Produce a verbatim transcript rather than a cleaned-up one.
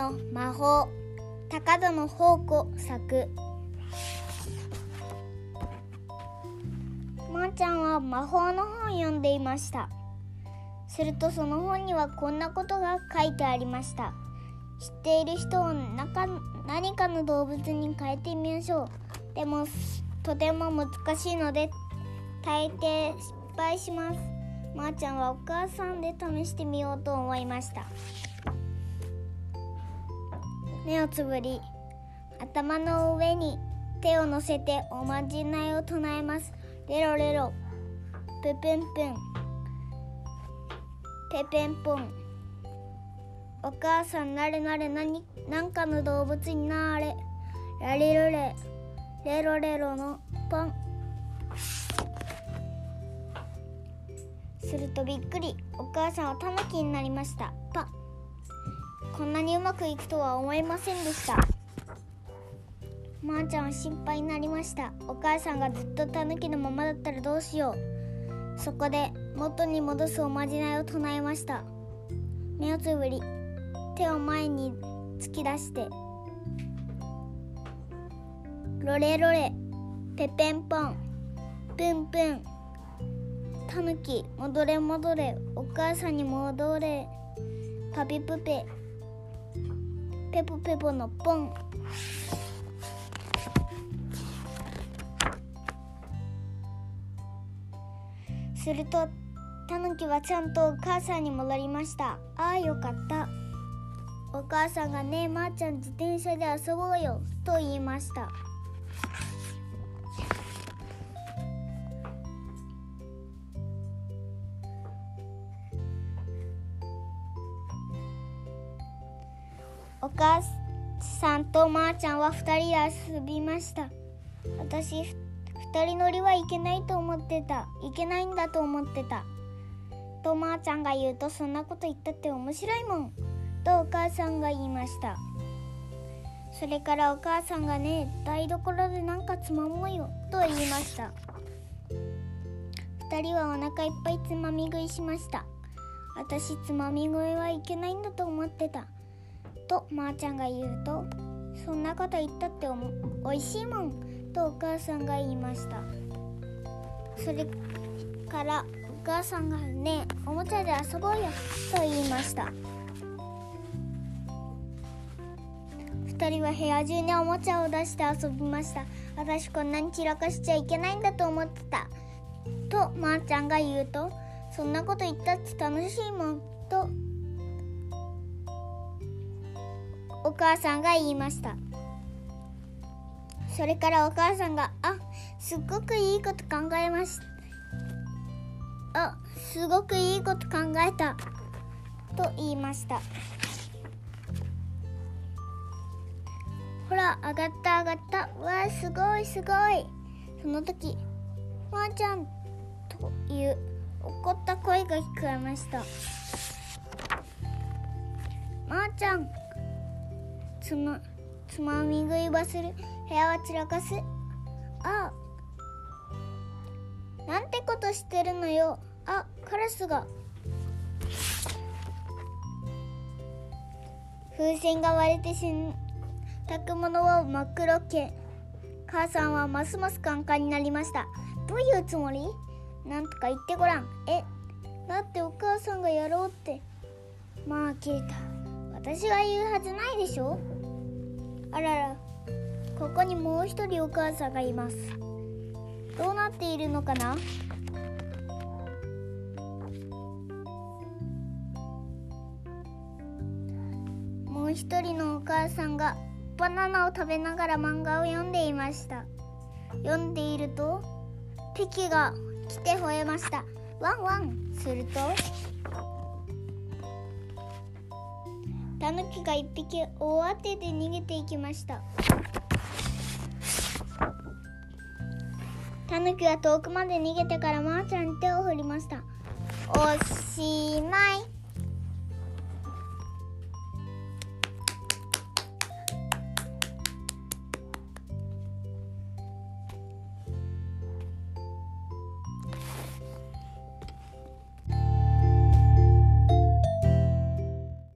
の魔法、高園宝子作。まーちゃんは魔法の本を読んでいました。するとその本にはこんなことが書いてありました。知っている人を中何かの動物に変えてみましょう。でもとても難しいので大抵失敗します。まーちゃんはお母さんで試してみようと思いました。目をつぶり、頭の上に手を乗せておまじないを唱えます。レロレロ、ププンプン、ペペンポン。お母さんなれなれ、何なんかの動物になれ。ラリルレ、レロレロのポン。するとびっくり、お母さんはタヌキになりました。パ。こんなにうまくいくとは思いませんでした。まーちゃんは心配になりました。お母さんがずっとタヌキのままだったらどうしよう。そこで元に戻すおまじないを唱えました。目をつぶり、手を前に突き出して、ロレロレ、ペペンポン、プンプン。タヌキ、戻れ戻れ、お母さんに戻れ。パピプペ、ペポペポのポン。するとタヌキはちゃんとお母さんに戻りました。ああ、よかった。お母さんがねえ、まーちゃん自転車で遊ぼうよと言いました。お母さんとまーちゃんはふたりで遊びました。私二人乗りはいけないと思ってた。いけないんだと思ってた。とまーちゃんが言うと、そんなこと言ったって面白いもん。とお母さんが言いました。それからお母さんがね、台所でなんかつまもうよと言いました。二人はお腹いっぱいつまみ食いしました。私つまみ食いはいけないんだと思ってた。とまーちゃんが言うと、そんなこと言ったっておいしいもん。とお母さんが言いました。それからお母さんがね、おもちゃで遊ぼうよと言いました。二人は部屋中におもちゃを出して遊びました。私こんなに散らかしちゃいけないんだと思ってた。とまーちゃんが言うと、そんなこと言ったって楽しいもん。とお母さんが言いました。それからお母さんが、あ、すっごくいいこと考えました。あ、すごくいいこと考えた。と言いました。ほら、上がった上がった。わあ、すごいすごい。その時、まーちゃんという怒った声が聞こえました。まーちゃん、つま、つまみ食いはする。部屋は散らかす。ああ、なんてことしてるのよ。あ、カラスが。風船が割れて洗濯物を真っ黒け。母さんはますますカンカンになりました。どういうつもり？なんとか言ってごらん。え、だってお母さんがやろうって。まあ切れた。私が言うはずないでしょ。あらら、ここにもう一人お母さんがいます。どうなっているのかな。もう一人のお母さんがバナナを食べながら漫画を読んでいました。読んでいるとピキが来て吠えました。ワンワン。するとタヌキが一匹大当てで逃げていきました。タヌキは遠くまで逃げてからまーちゃんに手を振りました。おしまい。